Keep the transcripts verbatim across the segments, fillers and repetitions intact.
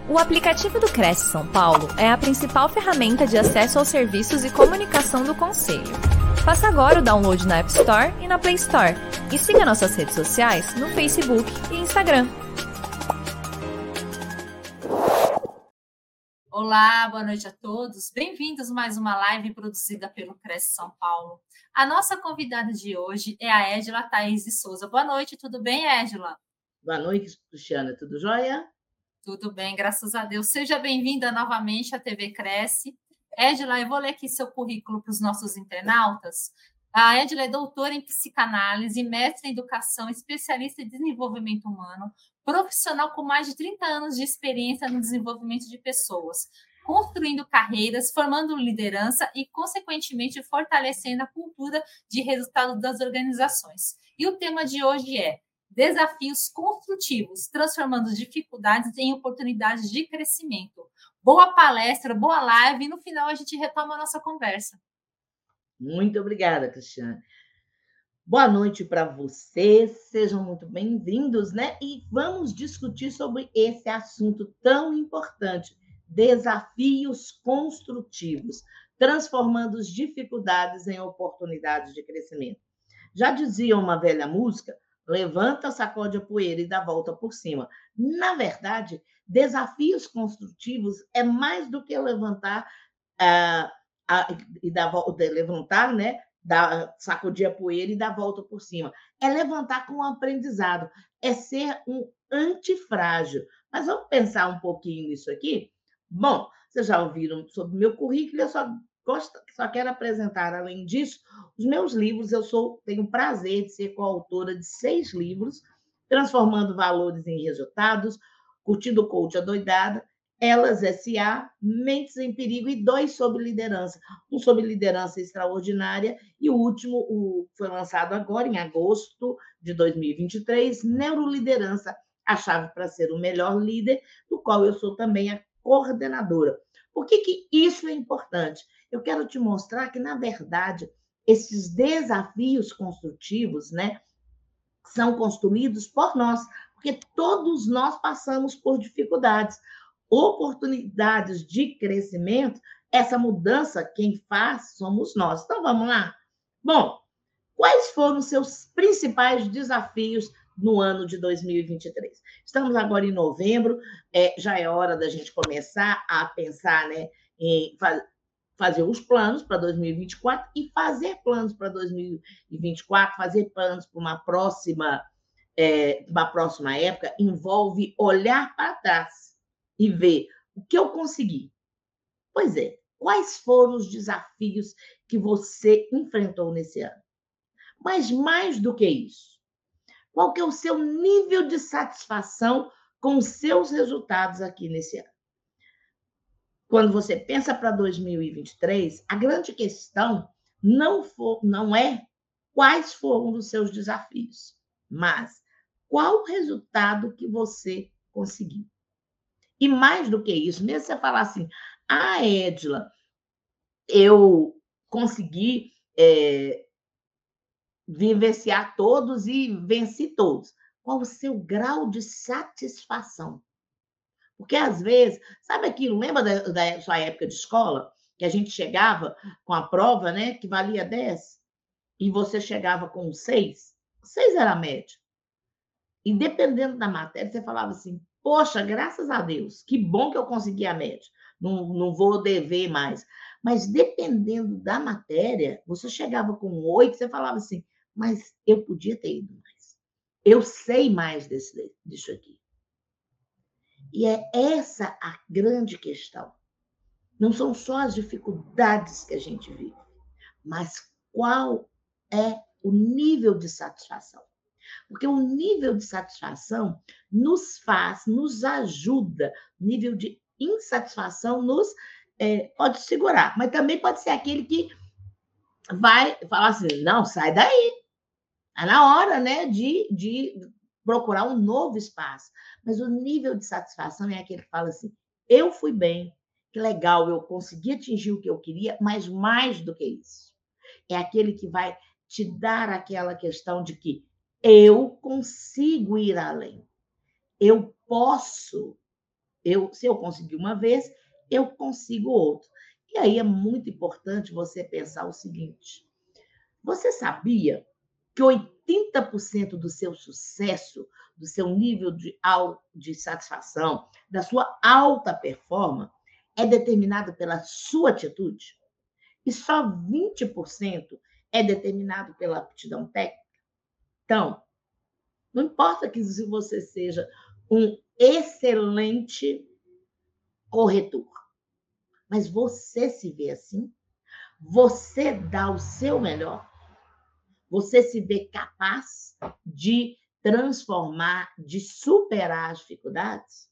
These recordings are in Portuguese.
O aplicativo do Cresce São Paulo é a principal ferramenta de acesso aos serviços e comunicação do Conselho. Faça agora o download na App Store e na Play Store. E siga nossas redes sociais no Facebook e Instagram. Olá, boa noite a todos. Bem-vindos a mais uma live produzida pelo Cresce São Paulo. A nossa convidada de hoje é a Edila Thaís de Souza. Boa noite, tudo bem, Edila? Boa noite, Cristiana. Tudo jóia? Tudo bem, graças a Deus. Seja bem-vinda novamente à T V Cresce. Edila, eu vou ler aqui seu currículo para os nossos internautas. A Edila é doutora em psicanálise, mestre em educação, especialista em desenvolvimento humano, profissional com mais de trinta anos de experiência no desenvolvimento de pessoas, construindo carreiras, formando liderança e, consequentemente, fortalecendo a cultura de resultado das organizações. E o tema de hoje é Desafios construtivos, transformando dificuldades em oportunidades de crescimento. Boa palestra, boa live, e no final a gente retoma a nossa conversa. Muito obrigada, Cristiane. Boa noite para vocês, sejam muito bem-vindos, né? E vamos discutir sobre esse assunto tão importante, desafios construtivos, transformando as dificuldades em oportunidades de crescimento. Já dizia uma velha música, levanta, sacode a poeira e dá volta por cima. Na verdade, desafios construtivos é mais do que levantar ah, a, e dar volta, levantar, né? Dar, sacudir a poeira e dar volta por cima. É levantar com um aprendizado, é ser um antifrágil. Mas vamos pensar um pouquinho nisso aqui? Bom, vocês já ouviram sobre o meu currículo, eu só Gosto, só quero apresentar, além disso, os meus livros. Eu sou, tenho o prazer de ser coautora de seis livros, Transformando Valores em Resultados, Curtindo o Coach Adoidada, Elas S A, Mentes em Perigo e dois sobre liderança. Um sobre liderança extraordinária e o último o, foi lançado agora, em agosto de dois mil e vinte e três, Neuroliderança, a chave para ser o melhor líder, do qual eu sou também a coordenadora. Por que que isso é importante? Eu quero te mostrar que, na verdade, esses desafios construtivos, né, são construídos por nós, porque todos nós passamos por dificuldades, oportunidades de crescimento. Essa mudança, quem faz, somos nós. Então, vamos lá? Bom, quais foram os seus principais desafios no ano de dois mil e vinte e três? Estamos agora em novembro, é, já é hora da gente começar a pensar, né, em fazer os planos para dois mil e vinte e quatro e fazer planos para dois mil e vinte e quatro, fazer planos para uma próxima, é, uma próxima época, envolve olhar para trás e ver o que eu consegui. Pois é, quais foram os desafios que você enfrentou nesse ano? Mas mais do que isso, qual que é o seu nível de satisfação com os seus resultados aqui nesse ano? Quando você pensa para dois mil e vinte e três, a grande questão não, for, não é quais foram os seus desafios, mas qual o resultado que você conseguiu. E mais do que isso, mesmo você falar assim, ah, Edila, eu consegui é, vivenciar todos e venci todos. Qual o seu grau de satisfação? Porque, às vezes, sabe aquilo, lembra da, da sua época de escola? Que a gente chegava com a prova, né, que valia dez, e você chegava com seis? seis era a média. E dependendo da matéria, você falava assim, poxa, graças a Deus, que bom que eu consegui a média, não, não vou dever mais. Mas dependendo da matéria, você chegava com oito, você falava assim, mas eu podia ter ido mais. Eu sei mais desse, disso aqui. E é essa a grande questão. Não são só as dificuldades que a gente vive, mas qual é o nível de satisfação. Porque o nível de satisfação nos faz, nos ajuda. O nível de insatisfação nos é, pode segurar, mas também pode ser aquele que vai falar assim, não, sai daí. É na hora, né, de, de procurar um novo espaço. Mas o nível de satisfação é aquele que fala assim, eu fui bem, que legal, eu consegui atingir o que eu queria, mas mais do que isso. É aquele que vai te dar aquela questão de que eu consigo ir além. Eu posso eu, se eu conseguir uma vez, eu consigo outra. E aí é muito importante você pensar o seguinte: você sabia que oitenta por cento do seu sucesso, do seu nível de, de satisfação, da sua alta performance, é determinado pela sua atitude? E só vinte por cento é determinado pela aptidão técnica? Então, não importa que se você seja um excelente corretor, mas você se vê assim? Você dá o seu melhor? Você se vê capaz de transformar, de superar as dificuldades?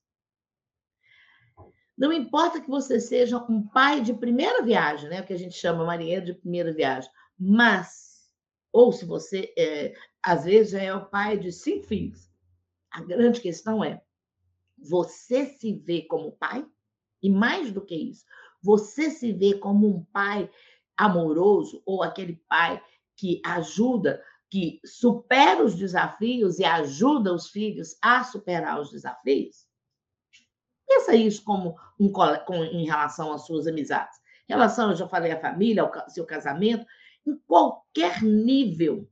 Não importa que você seja um pai de primeira viagem, né? O que a gente chama marinheiro de primeira viagem, mas, ou se você, é, às vezes, já é o pai de cinco filhos. A grande questão é, você se vê como pai? E mais do que isso, você se vê como um pai amoroso ou aquele pai que ajuda, que supera os desafios e ajuda os filhos a superar os desafios? Pensa isso como um, com, em relação às suas amizades. Em relação, eu já falei, à família, ao seu casamento, em qualquer nível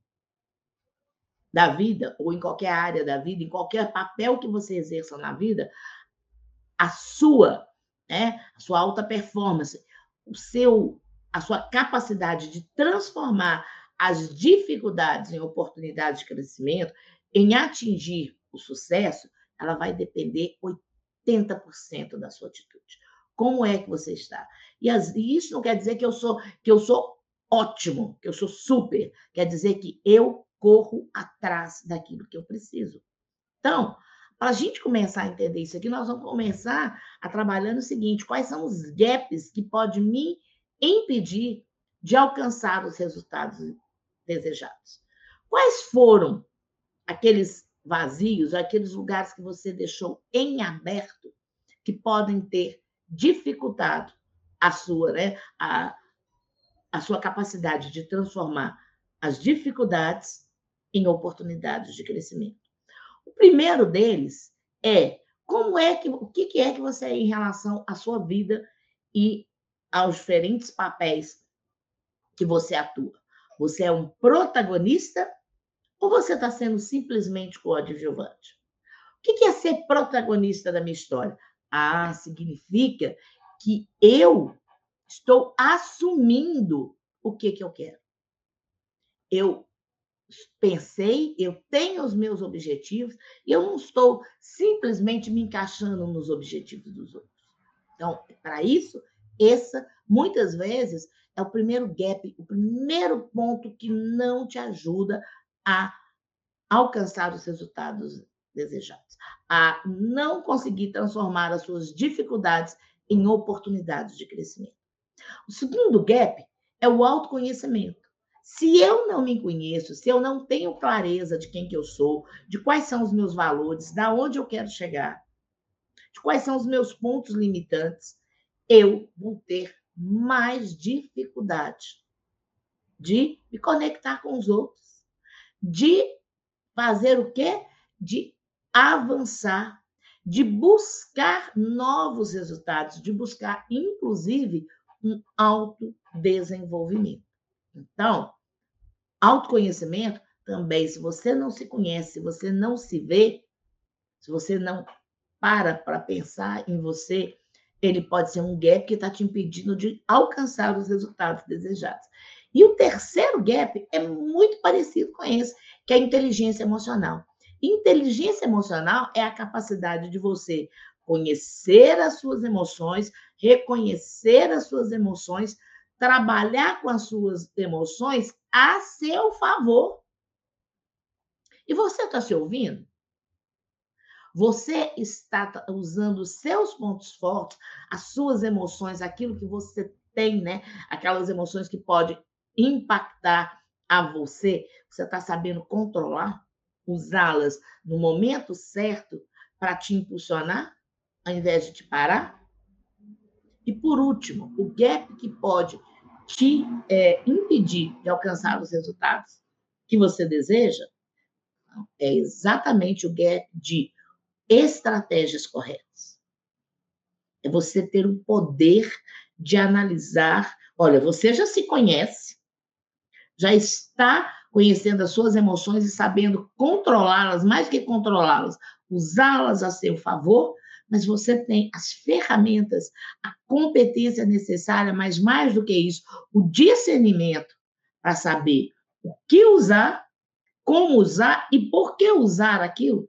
da vida, ou em qualquer área da vida, em qualquer papel que você exerça na vida, a sua, né, a sua alta performance, o seu, a sua capacidade de transformar as dificuldades em oportunidades de crescimento, em atingir o sucesso, ela vai depender oitenta por cento da sua atitude. Como é que você está? E, as, e isso não quer dizer que eu sou que eu sou ótimo, que eu sou super. Quer dizer que eu corro atrás daquilo que eu preciso. Então, para a gente começar a entender isso aqui, nós vamos começar a trabalhar no seguinte: quais são os gaps que podem me impedir de alcançar os resultados desejados? Quais foram aqueles vazios, aqueles lugares que você deixou em aberto que podem ter dificultado a sua, né, a, a sua capacidade de transformar as dificuldades em oportunidades de crescimento? O primeiro deles é como é que o que é que você é em relação à sua vida e aos diferentes papéis que você atua. Você é um protagonista ou você está sendo simplesmente coadjuvante? O que é ser protagonista da minha história? Ah, significa que eu estou assumindo o que, que eu quero. Eu pensei, eu tenho os meus objetivos e eu não estou simplesmente me encaixando nos objetivos dos outros. Então, para isso, essa, muitas vezes, é o primeiro gap, o primeiro ponto que não te ajuda a alcançar os resultados desejados, a não conseguir transformar as suas dificuldades em oportunidades de crescimento. O segundo gap é o autoconhecimento. Se eu não me conheço, se eu não tenho clareza de quem que eu sou, de quais são os meus valores, da onde eu quero chegar, de quais são os meus pontos limitantes, eu vou ter mais dificuldade de me conectar com os outros, de fazer o quê? De avançar, de buscar novos resultados, de buscar, inclusive, um autodesenvolvimento. Então, autoconhecimento também, se você não se conhece, se você não se vê, se você não para para pensar em você, ele pode ser um gap que está te impedindo de alcançar os resultados desejados. E o terceiro gap é muito parecido com esse, que é a inteligência emocional. Inteligência emocional é a capacidade de você conhecer as suas emoções, reconhecer as suas emoções, trabalhar com as suas emoções a seu favor. E você está se ouvindo? Você está usando os seus pontos fortes, as suas emoções, aquilo que você tem, né? Aquelas emoções que podem impactar a você. Você está sabendo controlar, usá-las no momento certo para te impulsionar, ao invés de te parar? E, por último, o gap que pode te é, impedir de alcançar os resultados que você deseja é exatamente o gap de estratégias corretas. É você ter o poder de analisar. Olha, você já se conhece, já está conhecendo as suas emoções e sabendo controlá-las, mais que controlá-las, usá-las a seu favor, mas você tem as ferramentas, a competência necessária, mas mais do que isso, o discernimento para saber o que usar, como usar e por que usar aquilo.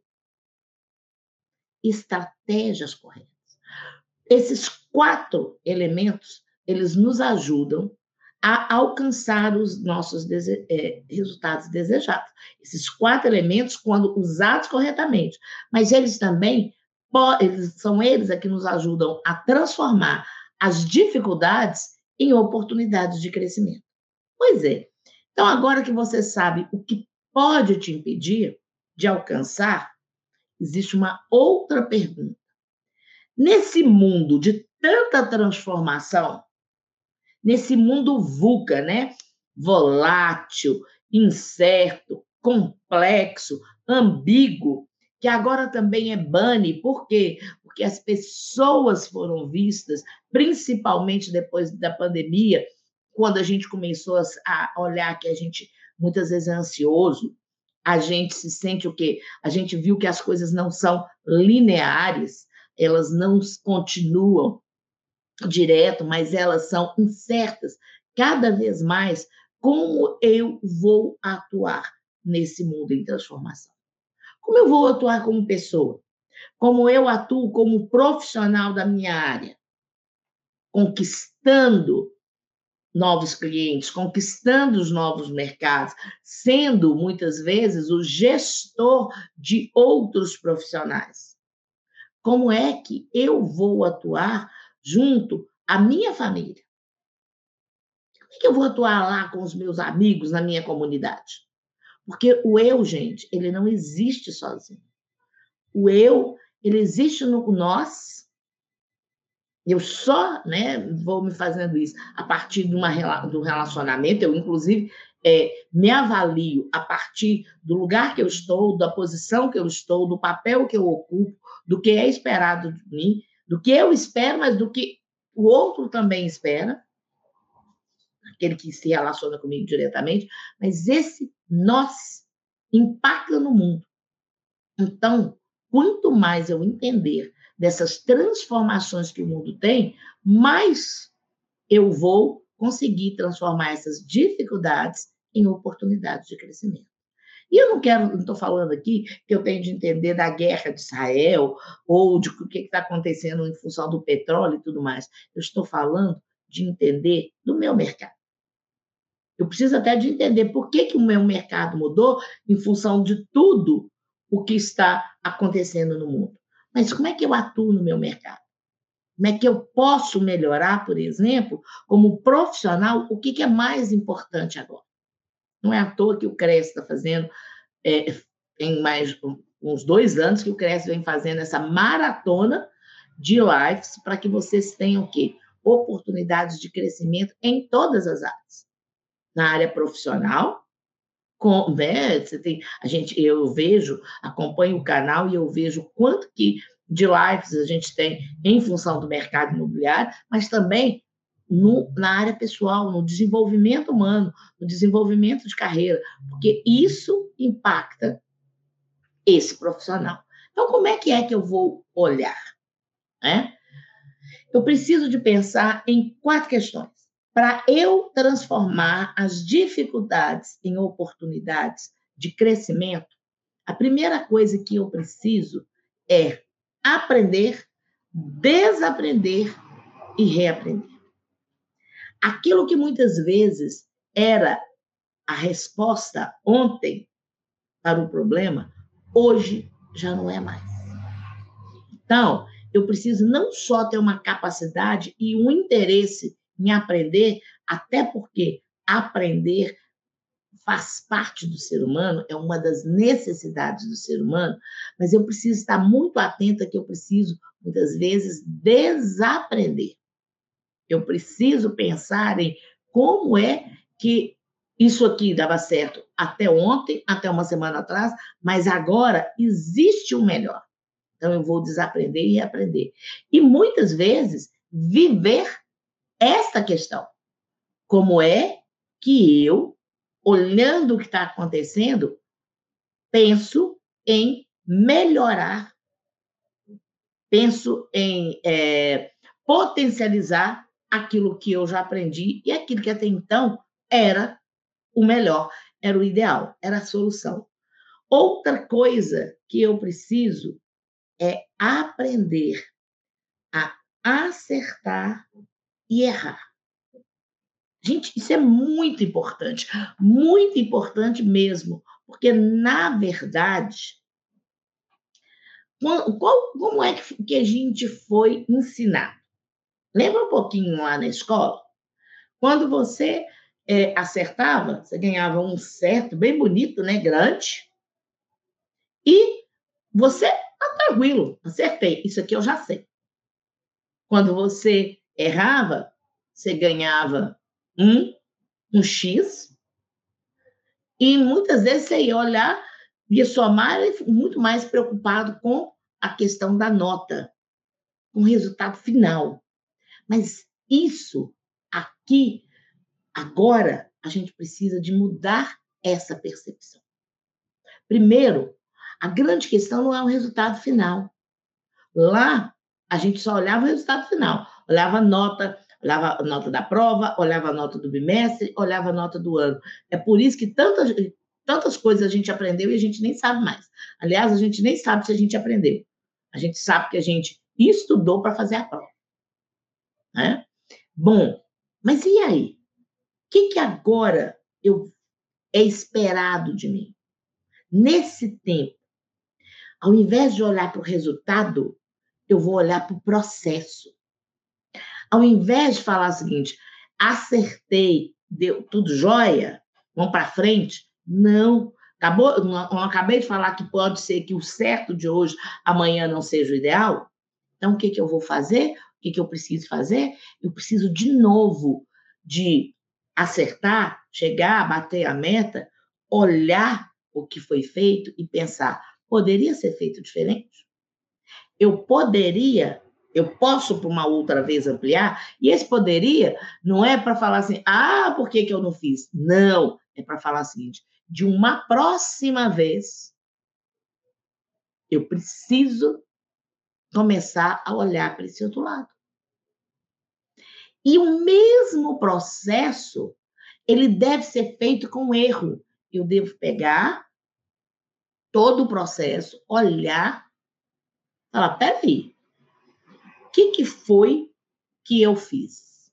Estratégias corretas. Esses quatro elementos, eles nos ajudam a alcançar os nossos dese- é, resultados desejados. Esses quatro elementos, quando usados corretamente, mas eles também po- eles, são eles a que nos ajudam a transformar as dificuldades em oportunidades de crescimento. Pois é. Então, agora que você sabe o que pode te impedir de alcançar, existe uma outra pergunta. Nesse mundo de tanta transformação, nesse mundo VUCA, né? Volátil, incerto, complexo, ambíguo, que agora também é bunny, por quê? Porque as pessoas foram vistas, principalmente depois da pandemia, quando a gente começou a olhar que a gente muitas vezes é ansioso, a gente se sente o quê? A gente viu que as coisas não são lineares, elas não continuam direto, mas elas são incertas. Cada vez mais, como eu vou atuar nesse mundo em transformação? Como eu vou atuar como pessoa? Como eu atuo como profissional da minha área? Conquistando novos clientes, conquistando os novos mercados, sendo, muitas vezes, o gestor de outros profissionais. Como é que eu vou atuar junto à minha família? Como é que eu vou atuar lá com os meus amigos na minha comunidade? Porque o eu, gente, ele não existe sozinho. O eu, ele existe no nós. Eu só, né, vou me fazendo isso a partir de uma, do relacionamento. Eu, inclusive, é, me avalio a partir do lugar que eu estou, da posição que eu estou, do papel que eu ocupo, do que é esperado de mim, do que eu espero, mas do que o outro também espera, aquele que se relaciona comigo diretamente, mas esse nós impacta no mundo. Então, quanto mais eu entender dessas transformações que o mundo tem, mais eu vou conseguir transformar essas dificuldades em oportunidades de crescimento. E eu não quero, não estou falando aqui que eu tenho de entender da guerra de Israel ou de o que está acontecendo em função do petróleo e tudo mais. Eu estou falando de entender do meu mercado. Eu preciso até de entender por que, que o meu mercado mudou em função de tudo o que está acontecendo no mundo. Mas como é que eu atuo no meu mercado? Como é que eu posso melhorar, por exemplo, como profissional, o que, que é mais importante agora? Não é à toa que o CRES está fazendo, é, tem mais uns dois anos que o CRES vem fazendo essa maratona de lives para que vocês tenham o quê? Oportunidades de crescimento em todas as áreas. Na área profissional, com, né, você tem, a gente, eu vejo, acompanho o canal e eu vejo quanto que de lives a gente tem em função do mercado imobiliário, mas também no, na área pessoal, no desenvolvimento humano, no desenvolvimento de carreira, porque isso impacta esse profissional. Então, como é que é que eu vou olhar? Né? Eu preciso de pensar em quatro questões. Para eu transformar as dificuldades em oportunidades de crescimento, a primeira coisa que eu preciso é aprender, desaprender e reaprender. Aquilo que muitas vezes era a resposta ontem para o problema, hoje já não é mais. Então, eu preciso não só ter uma capacidade e um interesse em aprender, até porque aprender faz parte do ser humano, é uma das necessidades do ser humano, mas eu preciso estar muito atenta que eu preciso, muitas vezes, desaprender. Eu preciso pensar em como é que isso aqui dava certo até ontem, até uma semana atrás, mas agora existe o melhor. Então, eu vou desaprender e reaprender. E, muitas vezes, viver esta questão. Como é que eu, olhando o que está acontecendo, penso em melhorar, penso em é, potencializar aquilo que eu já aprendi e aquilo que até então era o melhor, era o ideal, era a solução. Outra coisa que eu preciso é aprender a acertar e errar. Gente, isso é muito importante, muito importante mesmo, porque, na verdade, qual, como é que a gente foi ensinado? Lembra um pouquinho lá na escola? Quando você é, acertava, você ganhava um certo, bem bonito, né, grande, e você, tá tranquilo, acertei, isso aqui eu já sei. Quando você errava, você ganhava um, um X, e muitas vezes você ia olhar, ia somar, muito mais preocupado com a questão da nota, com o resultado final. Mas isso aqui, agora, a gente precisa de mudar essa percepção. Primeiro, a grande questão não é o resultado final. Lá, a gente só olhava o resultado final. Olhava a nota, olhava a nota da prova, olhava a nota do bimestre, olhava a nota do ano. É por isso que tantas, tantas coisas a gente aprendeu e a gente nem sabe mais. Aliás, a gente nem sabe se a gente aprendeu. A gente sabe que a gente estudou para fazer a prova. Né? Bom, mas e aí? O que, que agora eu, é esperado de mim? Nesse tempo, ao invés de olhar para o resultado, eu vou olhar para o processo. Ao invés de falar o seguinte, acertei, deu tudo jóia, vamos para frente, não. Acabou, não, não acabei de falar que pode ser que o certo de hoje, amanhã não seja o ideal? Então, o que, que eu vou fazer? O que, que eu preciso fazer? Eu preciso, de novo, de acertar, chegar, bater a meta, olhar o que foi feito e pensar, poderia ser feito diferente? Eu poderia, eu posso para uma outra vez ampliar, e esse poderia não é para falar assim, ah, por que, que eu não fiz? Não, é para falar o seguinte, de uma próxima vez, eu preciso começar a olhar para esse outro lado. E o mesmo processo, ele deve ser feito com erro. Eu devo pegar todo o processo, olhar, falar, peraí, o que, que foi que eu fiz?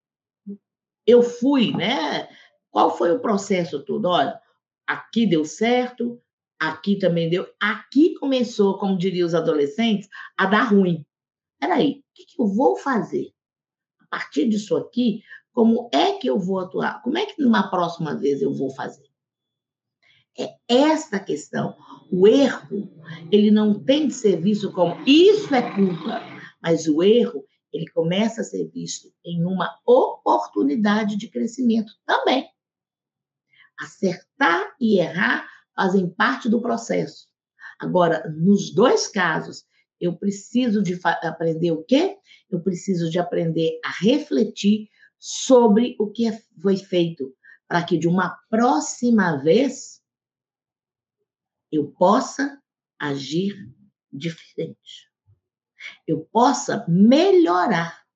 Eu fui, né? Qual foi o processo todo? Olha, aqui deu certo, aqui também deu, aqui começou, como diriam os adolescentes, a dar ruim. Peraí, o que, que eu vou fazer? A partir disso aqui, como é que eu vou atuar? Como é que numa próxima vez eu vou fazer? É esta questão. O erro, ele não tem de ser visto como isso é culpa, mas o erro, ele começa a ser visto em uma oportunidade de crescimento também. Acertar e errar fazem parte do processo. Agora, nos dois casos, eu preciso de aprender o quê? Eu preciso de aprender a refletir sobre o que foi feito, para que de uma próxima vez eu possa agir diferente. Eu possa melhorar,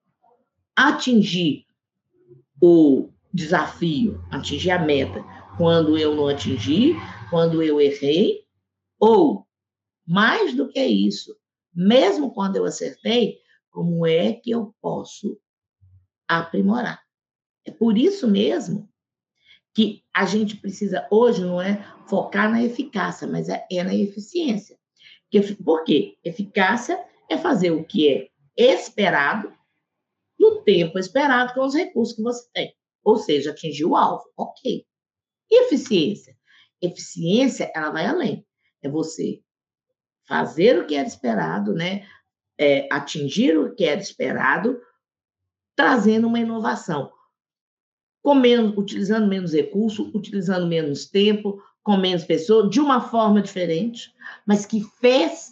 atingir o desafio, atingir a meta, quando eu não atingi, quando eu errei, ou, mais do que isso, mesmo quando eu acertei, como é que eu posso aprimorar? É por isso mesmo que a gente precisa, hoje, não é focar na eficácia, mas é, é na eficiência. Por quê? Eficácia é fazer o que é esperado, no tempo esperado, com os recursos que você tem. Ou seja, atingir o alvo. Ok. E eficiência? Eficiência, ela vai além. É você fazer o que era esperado, né? É, atingir o que era esperado, trazendo uma inovação. Com menos, utilizando menos recurso, utilizando menos tempo, com menos pessoas, de uma forma diferente, mas que fez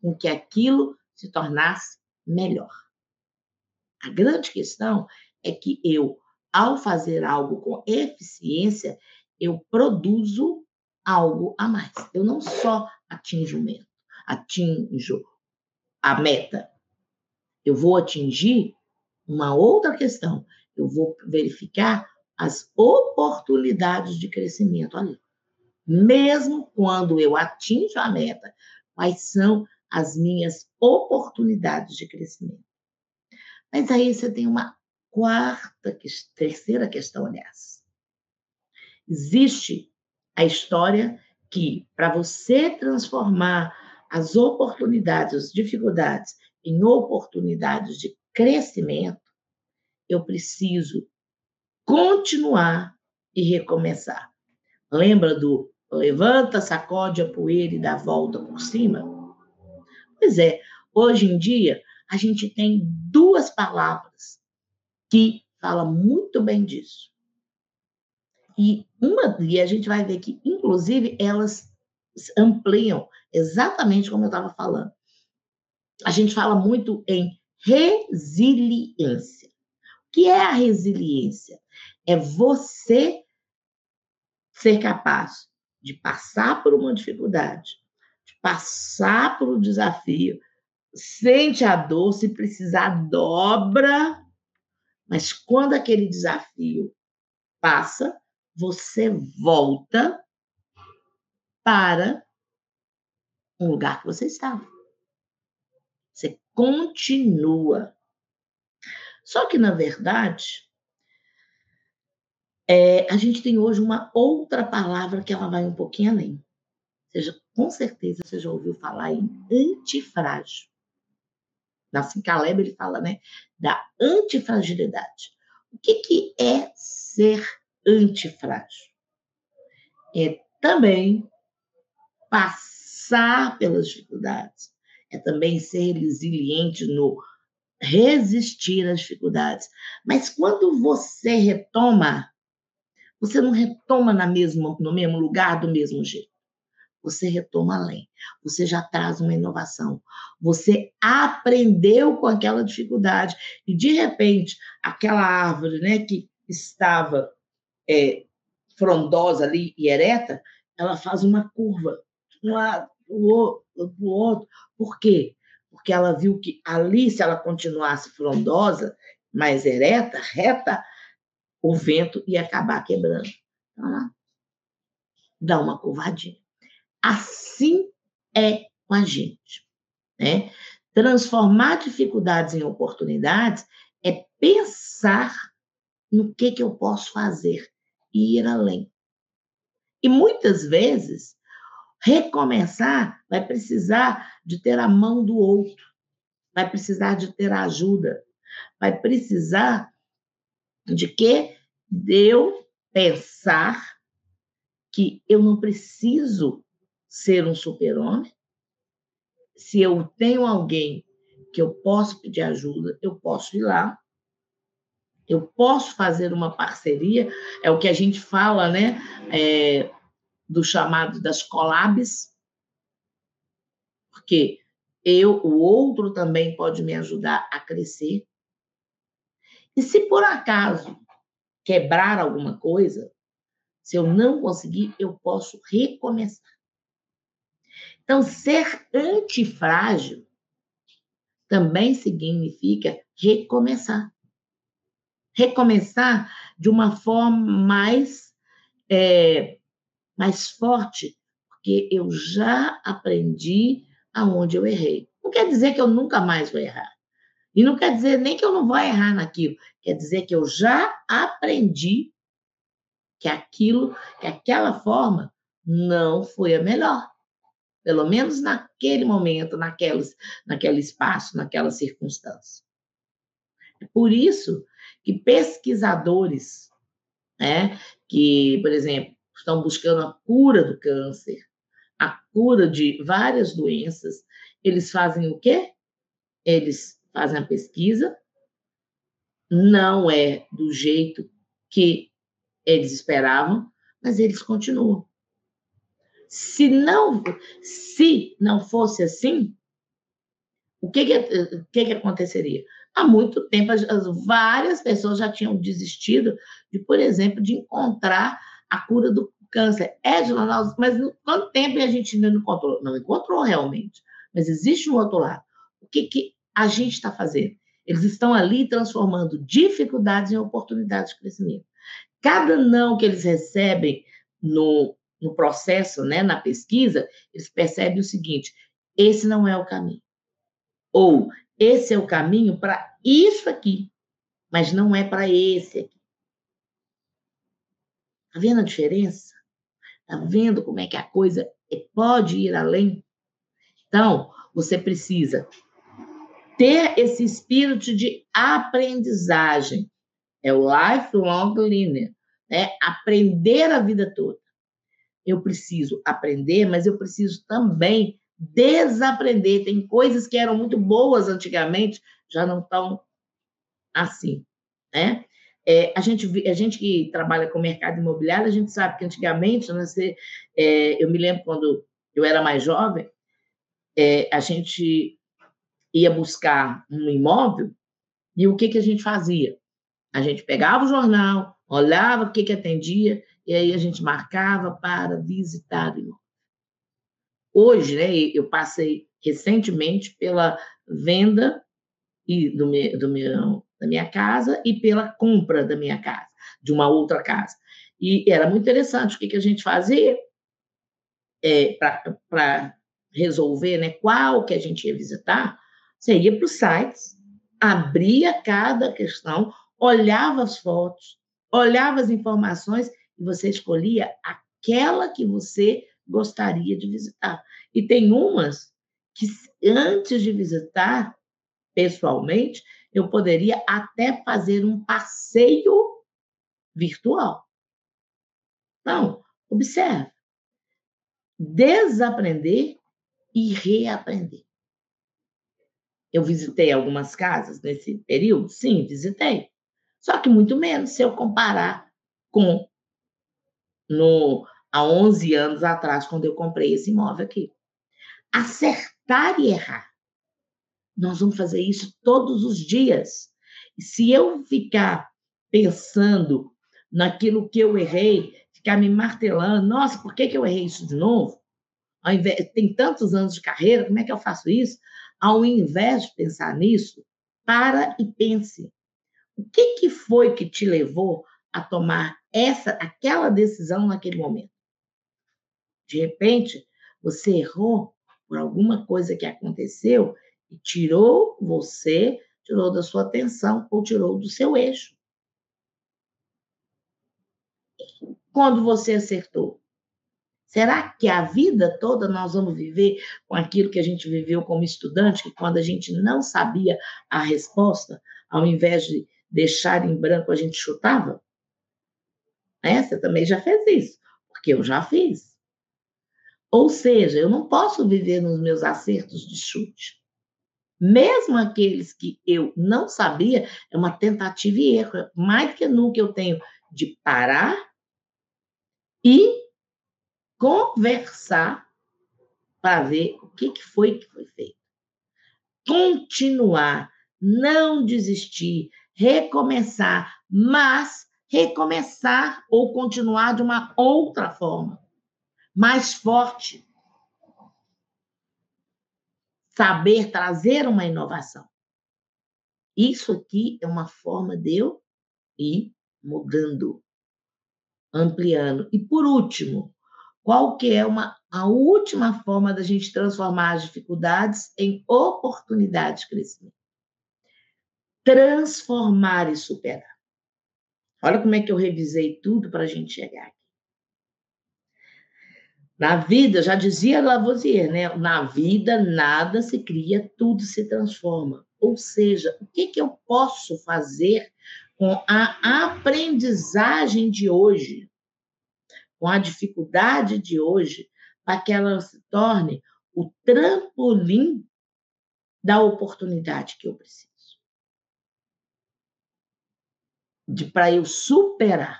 com que aquilo se tornasse melhor. A grande questão é que eu, ao fazer algo com eficiência, eu produzo algo a mais. Eu não só atinjo o meta, atinjo a meta. Eu vou atingir uma outra questão. Eu vou verificar as oportunidades de crescimento ali. Mesmo quando eu atinjo a meta, quais são as minhas oportunidades de crescimento? Mas aí você tem uma quarta, terceira questão, aliás. Existe a história que, para você transformar as oportunidades, as dificuldades, em oportunidades de crescimento, eu preciso continuar e recomeçar. Lembra do levanta, sacode a poeira e dá a volta por cima? Pois é, hoje em dia, a gente tem duas palavras que falam muito bem disso. E, uma, e a gente vai ver que, inclusive, elas ampliam exatamente como eu estava falando. A gente fala muito em resiliência. O que é a resiliência? É você ser capaz de passar por uma dificuldade, de passar por um desafio, sente a dor, se precisar, dobra, mas quando aquele desafio passa, você volta para um lugar que você estava. Você continua. Só que, na verdade, é, a gente tem hoje uma outra palavra que ela vai um pouquinho além. Seja, com certeza você já ouviu falar em antifrágil. Nassim Taleb, ele fala, né, da antifragilidade. O que, que é ser antifrágil? É também passar pelas dificuldades. É também ser resiliente no resistir às dificuldades. Mas quando você retoma, você não retoma na mesma, no mesmo lugar, do mesmo jeito. Você retoma além. Você já traz uma inovação. Você aprendeu com aquela dificuldade. E, de repente, aquela árvore, né, que estava é, frondosa ali e ereta, ela faz uma curva de um lado para o outro. Por quê? Porque ela viu que ali, se ela continuasse frondosa, mais ereta, reta, o vento ia acabar quebrando. Então, ela dá uma curvadinha. Assim é com a gente, né? Transformar dificuldades em oportunidades é pensar no que, que eu posso fazer e ir além. E muitas vezes, recomeçar vai precisar de ter a mão do outro, vai precisar de ter ajuda, vai precisar de que de eu pensar que eu não preciso ser um super-homem. Se eu tenho alguém que eu posso pedir ajuda, eu posso ir lá. Eu posso fazer uma parceria. É o que a gente fala, né? É, do chamado das collabs. Porque eu, o outro também pode me ajudar a crescer. E se por acaso quebrar alguma coisa, se eu não conseguir, eu posso recomeçar. Então, ser antifrágil também significa recomeçar. Recomeçar de uma forma mais, é, mais forte, porque eu já aprendi aonde eu errei. Não quer dizer que eu nunca mais vou errar. E não quer dizer nem que eu não vou errar naquilo. Quer dizer que eu já aprendi que aquilo, que aquela forma não foi a melhor. Pelo menos naquele momento, naqueles, naquele espaço, naquela circunstância. É por isso que pesquisadores, né, que, por exemplo, estão buscando a cura do câncer, a cura de várias doenças, eles fazem o quê? Eles fazem a pesquisa, não é do jeito que eles esperavam, mas eles continuam. Se não, se não fosse assim, o que que, o que que aconteceria? Há muito tempo, as, as várias pessoas já tinham desistido de, por exemplo, de encontrar a cura do câncer. Égila, nós, mas quanto tempo a gente ainda não encontrou? Não encontrou realmente, mas existe um outro lado. O que, que a gente está fazendo? Eles estão ali transformando dificuldades em oportunidades de crescimento. Cada não que eles recebem no, no processo, né, na pesquisa, eles percebem o seguinte: esse não é o caminho. Ou esse é o caminho para isso aqui, mas não é para esse aqui. Está vendo a diferença? Está vendo como é que a coisa pode ir além? Então, você precisa ter esse espírito de aprendizagem. É o lifelong learner, né? Aprender a vida toda. Eu preciso aprender, mas eu preciso também desaprender. Tem coisas que eram muito boas antigamente, já não estão assim, né? É, a, gente, a gente que trabalha com mercado imobiliário, a gente sabe que antigamente, né, você, é, eu me lembro quando eu era mais jovem, é, a gente ia buscar um imóvel e o que, que a gente fazia? A gente pegava o jornal, olhava o que, que atendia e aí a gente marcava para visitar o imóvel. Hoje, né, eu passei recentemente pela venda e do meu, do meu, da minha casa e pela compra da minha casa, de uma outra casa. E era muito interessante o que, que a gente fazia é, para resolver, né, qual que a gente ia visitar. Você ia para os sites, abria cada questão, olhava as fotos, olhava as informações e você escolhia aquela que você gostaria de visitar. E tem umas que, antes de visitar pessoalmente, eu poderia até fazer um passeio virtual. Então, observe. Desaprender e reaprender. Eu visitei algumas casas nesse período? Sim, visitei. Só que muito menos se eu comparar com no, há onze anos atrás, quando eu comprei esse imóvel aqui. Acertar e errar. Nós vamos fazer isso todos os dias. E se eu ficar pensando naquilo que eu errei, ficar me martelando, nossa, por que, que eu errei isso de novo? Ao invés, tem tantos anos de carreira, como é que eu faço isso? Ao invés de pensar nisso, para e pense. O que, que foi que te levou a tomar essa, aquela decisão naquele momento? De repente, você errou por alguma coisa que aconteceu e tirou você, tirou da sua atenção ou tirou do seu eixo. Quando você acertou, será que a vida toda nós vamos viver com aquilo que a gente viveu como estudante, que quando a gente não sabia a resposta, ao invés de deixar em branco, a gente chutava? É, você também já fez isso, porque eu já fiz. Ou seja, eu não posso viver nos meus acertos de chute. Mesmo aqueles que eu não sabia, é uma tentativa e erro. Mais que nunca eu tenho de parar e conversar para ver o que, que foi que foi feito. Continuar, não desistir, recomeçar, mas recomeçar ou continuar de uma outra forma, mais forte. Saber trazer uma inovação. Isso aqui é uma forma de eu ir mudando, ampliando. E, por último, qual que é uma, a última forma da gente transformar as dificuldades em oportunidades de crescimento? Transformar e superar. Olha como é que eu revisei tudo para a gente chegar aqui. Na vida, já dizia Lavoisier, né? Na vida nada se cria, tudo se transforma. Ou seja, o que, que eu posso fazer com a aprendizagem de hoje, com a dificuldade de hoje, para que ela se torne o trampolim da oportunidade que eu preciso. De para eu superar.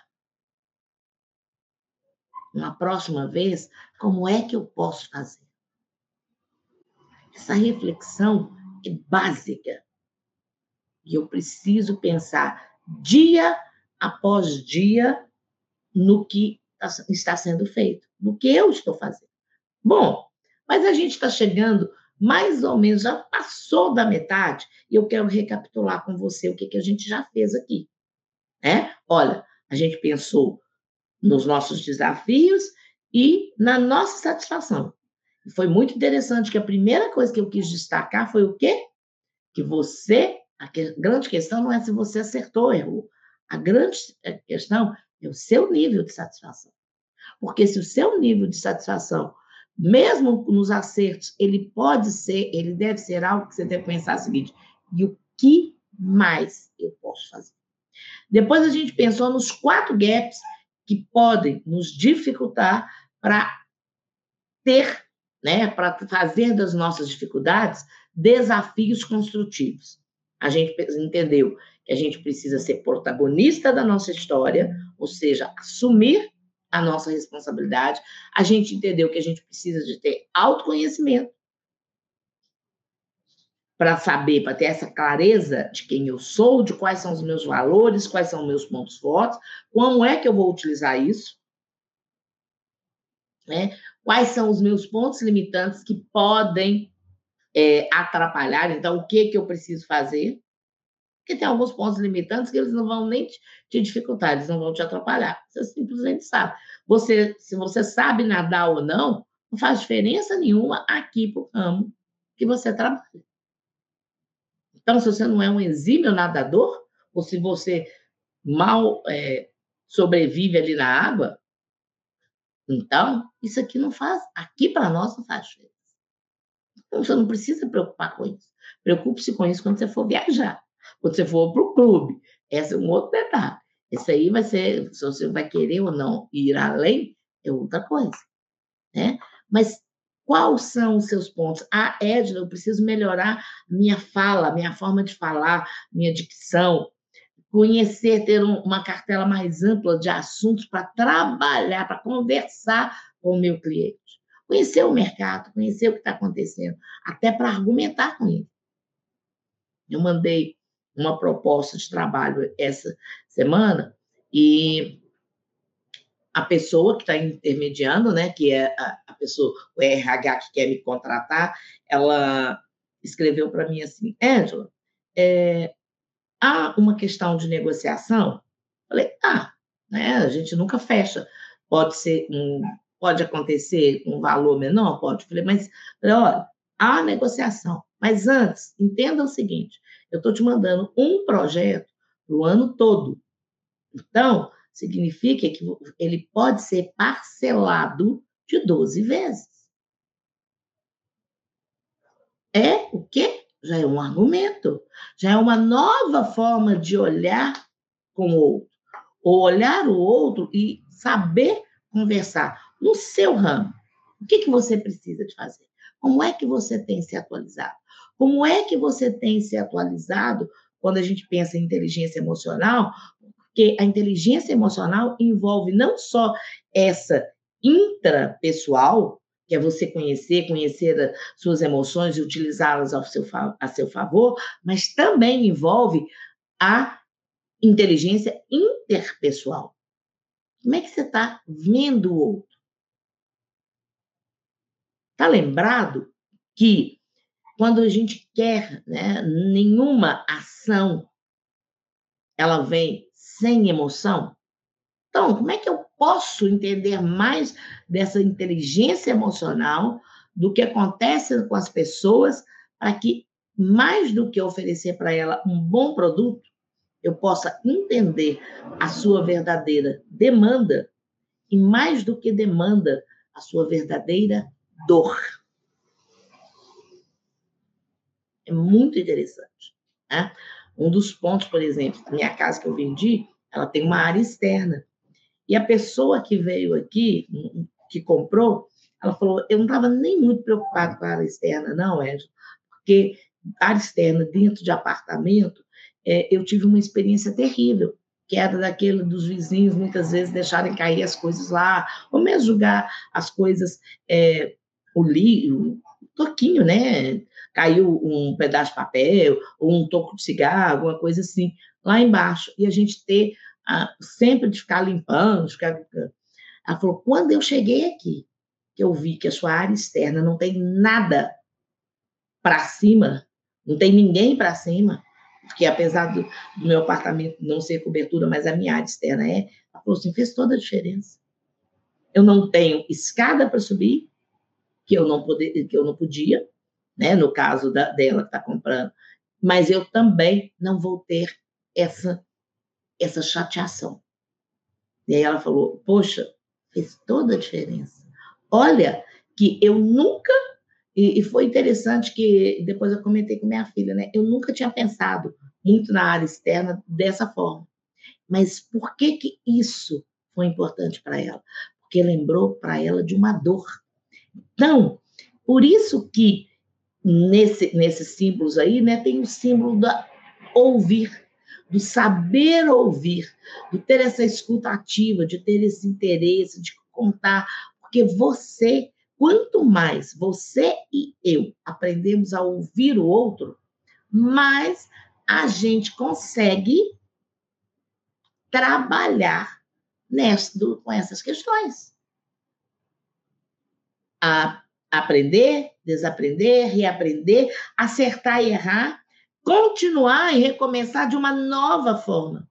Uma próxima vez, como é que eu posso fazer? Essa reflexão é básica. E eu preciso pensar dia após dia no que está sendo feito, no que eu estou fazendo. Bom, mas a gente está chegando mais ou menos, já passou da metade, e eu quero recapitular com você o que, que a gente já fez aqui. Né? Olha, a gente pensou nos nossos desafios e na nossa satisfação. E foi muito interessante que a primeira coisa que eu quis destacar foi o quê? Que você, a grande questão não é se você acertou ou errou. A grande questão é o seu nível de satisfação. Porque se o seu nível de satisfação, mesmo nos acertos, ele pode ser, ele deve ser algo que você deve pensar o seguinte: e o que mais eu posso fazer? Depois a gente pensou nos quatro gaps que podem nos dificultar para ter, né, para fazer das nossas dificuldades desafios construtivos. A gente entendeu que a gente precisa ser protagonista da nossa história, ou seja, assumir a nossa responsabilidade. A gente entendeu que a gente precisa de ter autoconhecimento para saber, para ter essa clareza de quem eu sou, de quais são os meus valores, quais são os meus pontos fortes, como é que eu vou utilizar isso, né? Quais são os meus pontos limitantes que podem é, atrapalhar, então o que, que eu preciso fazer, porque tem alguns pontos limitantes que eles não vão nem te, te dificultar, eles não vão te atrapalhar, você simplesmente sabe. Você, se você sabe nadar ou não, não faz diferença nenhuma aqui para o ramo que você trabalha. Então, se você não é um exímio nadador, ou se você mal é, sobrevive ali na água, então, isso aqui não faz, aqui para nós não faz diferença. Então, você não precisa preocupar com isso. Preocupe-se com isso quando você for viajar, quando você for para o clube. Esse é um outro detalhe. Esse aí vai ser, se você vai querer ou não ir além, é outra coisa. Né? Mas quais são os seus pontos? Ah, Edna, eu preciso melhorar minha fala, minha forma de falar, minha dicção, conhecer, ter um, uma cartela mais ampla de assuntos para trabalhar, para conversar com o meu cliente. Conhecer o mercado, conhecer o que está acontecendo, até para argumentar com ele. Eu mandei uma proposta de trabalho essa semana e a pessoa que está intermediando, né, que é a, a pessoa, o R H que quer me contratar, ela escreveu para mim assim: Ângela, é, há uma questão de negociação? Falei, ah, né, a gente nunca fecha. Pode ser um, pode acontecer um valor menor? Pode. Falei, mas, olha, há negociação. Mas antes, entenda o seguinte, eu estou te mandando um projeto para o ano todo. Então, significa que ele pode ser parcelado de doze vezes. É o quê? Já é um argumento, já é uma nova forma de olhar com o outro, ou olhar o outro e saber conversar no seu ramo. O que, que você precisa de fazer? Como é que você tem se atualizado? Como é que você tem se atualizado quando a gente pensa em inteligência emocional? Porque a inteligência emocional envolve não só essa intrapessoal, que é você conhecer, conhecer as suas emoções e utilizá-las ao seu, a seu favor, mas também envolve a inteligência interpessoal. Como é que você está vendo o outro? Está lembrado que quando a gente quer, né, nenhuma ação, ela vem sem emoção? Então, como é que eu posso entender mais dessa inteligência emocional, do que acontece com as pessoas, para que, mais do que oferecer para ela um bom produto, eu possa entender a sua verdadeira demanda e, mais do que demanda, a sua verdadeira dor. É muito interessante. Né? Um dos pontos, por exemplo, da minha casa que eu vendi, ela tem uma área externa. E a pessoa que veio aqui, que comprou, ela falou, eu não estava nem muito preocupada com a área externa, não, Ângela, porque área externa dentro de apartamento, é, eu tive uma experiência terrível, que era daquele dos vizinhos, muitas vezes, deixarem cair as coisas lá, ou mesmo jogar as coisas, é, o lixo, toquinho, né? Caiu um pedaço de papel, ou um toco de cigarro, alguma coisa assim, lá embaixo. E a gente ter ah, sempre de ficar limpando, de ficar... Ela falou, quando eu cheguei aqui, que eu vi que a sua área externa não tem nada para cima, não tem ninguém para cima, porque apesar do, do meu apartamento não ser cobertura, mas a minha área externa é, ela falou assim, fez toda a diferença. Eu não tenho escada para subir, que eu não, poder, que eu não podia, né, no caso da, dela que está comprando, mas eu também não vou ter essa, essa chateação. E aí ela falou, poxa, fez toda a diferença. Olha, que eu nunca, e, e foi interessante que depois eu comentei com minha filha, né? Eu nunca tinha pensado muito na área externa dessa forma. Mas por que que isso foi importante para ela? Porque lembrou para ela de uma dor. Então, por isso que nesse, nesses símbolos aí, né, tem o símbolo do ouvir, do saber ouvir, de ter essa escuta ativa, de ter esse interesse, de contar, porque você, quanto mais você e eu aprendemos a ouvir o outro, mais a gente consegue trabalhar nessa, com essas questões. A aprender, desaprender, reaprender, acertar e errar, continuar e recomeçar de uma nova forma.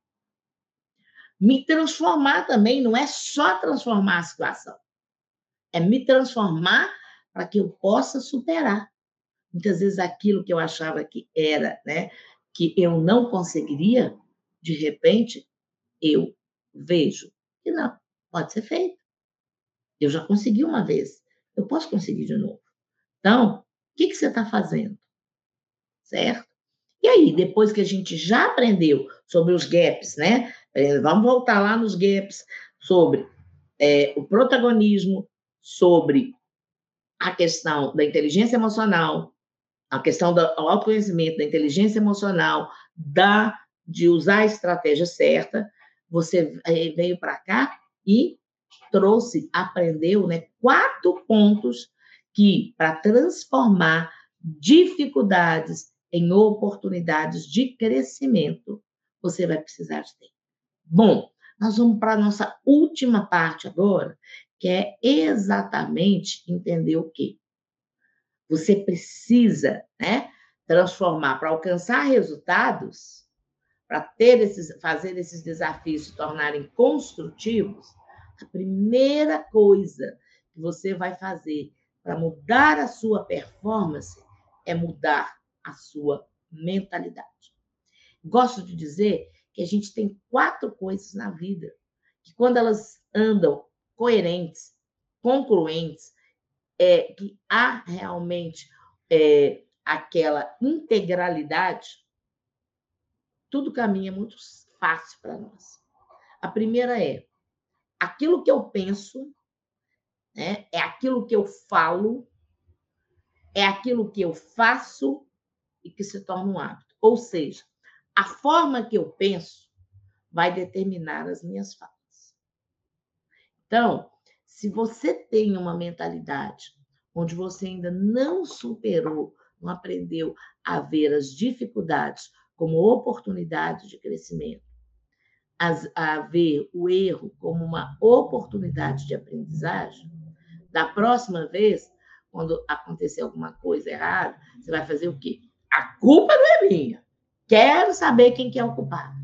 Me transformar também, não é só transformar a situação, é me transformar para que eu possa superar. Muitas vezes aquilo que eu achava que era, né, que eu não conseguiria, de repente, eu vejo que não, pode ser feito. Eu já consegui uma vez, eu posso conseguir de novo. Então, o que, que você está fazendo? Certo? E aí, depois que a gente já aprendeu sobre os gaps, né? Vamos voltar lá nos gaps, sobre é, o protagonismo, sobre a questão da inteligência emocional, a questão do autoconhecimento, da inteligência emocional, da, de usar a estratégia certa, você veio para cá e trouxe, aprendeu, né, quatro pontos que, para transformar dificuldades em oportunidades de crescimento, você vai precisar de ter. Bom, nós vamos para a nossa última parte agora, que é exatamente entender o quê? Você precisa, né, transformar, para alcançar resultados, para ter esses, fazer esses desafios se tornarem construtivos, a primeira coisa que você vai fazer para mudar a sua performance é mudar a sua mentalidade. Gosto de dizer que a gente tem quatro coisas na vida que, quando elas andam coerentes, concluentes, é, que há realmente é, aquela integralidade, tudo caminha muito fácil para nós. A primeira é aquilo que eu penso, né, é aquilo que eu falo, é aquilo que eu faço e que se torna um hábito. Ou seja, a forma que eu penso vai determinar as minhas falas. Então, se você tem uma mentalidade onde você ainda não superou, não aprendeu a ver as dificuldades como oportunidades de crescimento, a ver o erro como uma oportunidade de aprendizagem, da próxima vez, quando acontecer alguma coisa errada, você vai fazer o quê? A culpa não é minha. Quero saber quem que é o culpado.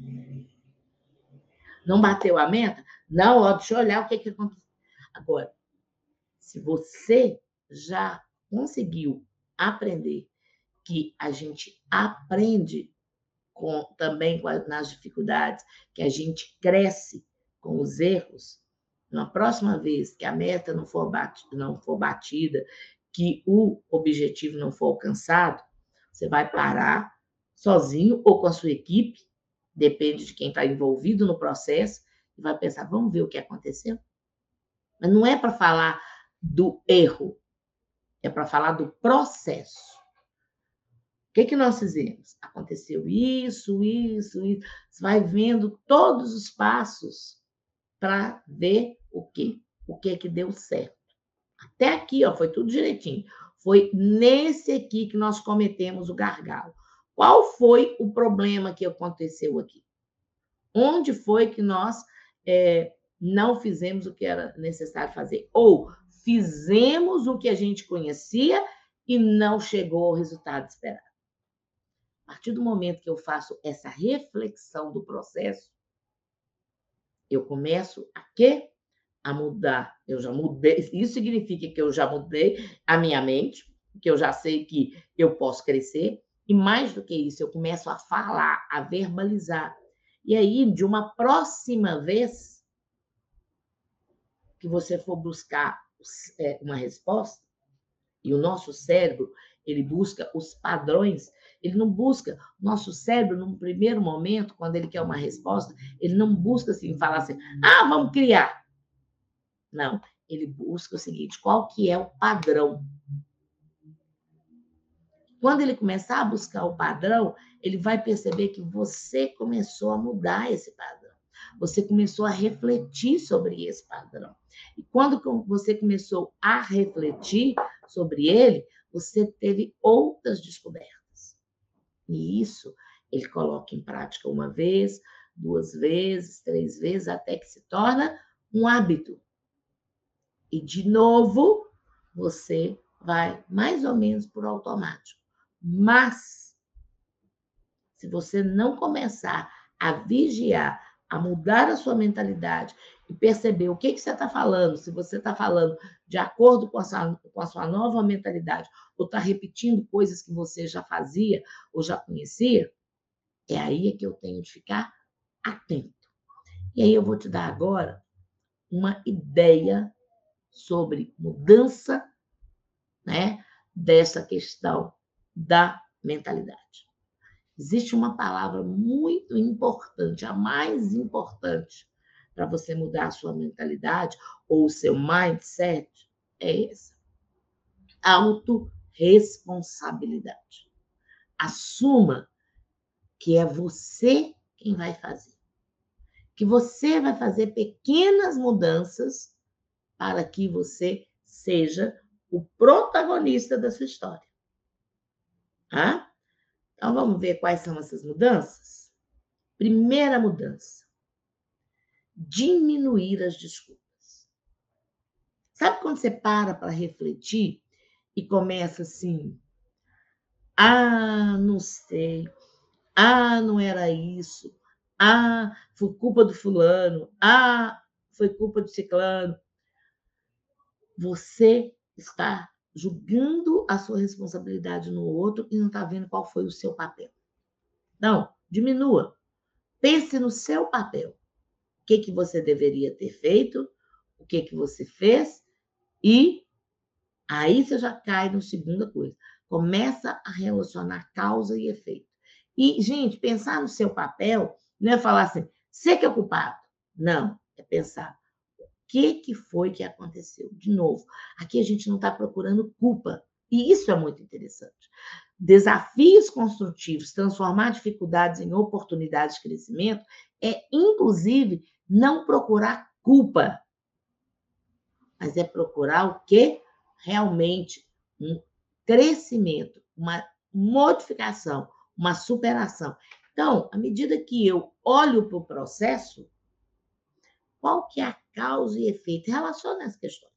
Não bateu a meta? Não, ó, deixa eu olhar o que, que aconteceu. Agora, se você já conseguiu aprender que a gente aprende com, também com as, nas dificuldades, que a gente cresce com os erros, na próxima vez que a meta não for, batida, não for batida, que o objetivo não for alcançado, você vai parar sozinho ou com a sua equipe, depende de quem está envolvido no processo, e vai pensar, vamos ver o que aconteceu? Mas não é para falar do erro, é para falar do processo. O que, que nós fizemos? Aconteceu isso, isso, isso. Você vai vendo todos os passos para ver o quê? O que que deu certo. Até aqui, ó, foi tudo direitinho. Foi nesse aqui que nós cometemos o gargalo. Qual foi o problema que aconteceu aqui? Onde foi que nós é, não fizemos o que era necessário fazer? Ou fizemos o que a gente conhecia e não chegou ao resultado esperado? A partir do momento que eu faço essa reflexão do processo, eu começo a quê? A mudar. Eu já mudei. Isso significa que eu já mudei a minha mente, que eu já sei que eu posso crescer. E mais do que isso, eu começo a falar, a verbalizar. E aí, de uma próxima vez que você for buscar uma resposta, e o nosso cérebro, ele busca os padrões, ele não busca, o nosso cérebro, num primeiro momento, quando ele quer uma resposta, ele não busca assim, falar assim, ah, vamos criar. Não, ele busca o seguinte, qual que é o padrão? Quando ele começar a buscar o padrão, ele vai perceber que você começou a mudar esse padrão. Você começou a refletir sobre esse padrão. E quando você começou a refletir sobre ele, você teve outras descobertas. E isso ele coloca em prática uma vez, duas vezes, três vezes, até que se torna um hábito. E, de novo, você vai mais ou menos por automático. Mas, se você não começar a vigiar, a mudar a sua mentalidade e perceber o que, que você está falando, se você está falando de acordo com a, sua, com a sua nova mentalidade, ou está repetindo coisas que você já fazia ou já conhecia, é aí que eu tenho de ficar atento. E aí eu vou te dar agora uma ideia sobre mudança, né, dessa questão da mentalidade. Existe uma palavra muito importante, a mais importante para você mudar a sua mentalidade ou o seu mindset, é essa. Autorresponsabilidade. Assuma que é você quem vai fazer. Que você vai fazer pequenas mudanças para que você seja o protagonista da sua história. Tá? Então, vamos ver quais são essas mudanças? Primeira mudança. Diminuir as desculpas. Sabe quando você para para refletir e começa assim, ah, não sei, ah, não era isso, ah, foi culpa do fulano, ah, foi culpa do ciclano. Você está julgando a sua responsabilidade no outro e não está vendo qual foi o seu papel. Não, diminua. Pense no seu papel. O que, que você deveria ter feito, o que, que você fez, e aí você já cai na segunda coisa. Começa a relacionar causa e efeito. E, gente, pensar no seu papel não é falar assim, você que é o culpado. Não, é pensar o que, que foi que aconteceu. De novo, aqui a gente não está procurando culpa. E isso é muito interessante. Desafios construtivos, transformar dificuldades em oportunidades de crescimento, é, inclusive, não procurar culpa, mas é procurar o quê? Realmente um crescimento, uma modificação, uma superação. Então, à medida que eu olho para o processo, qual que é a causa e efeito? Relaciona as questões.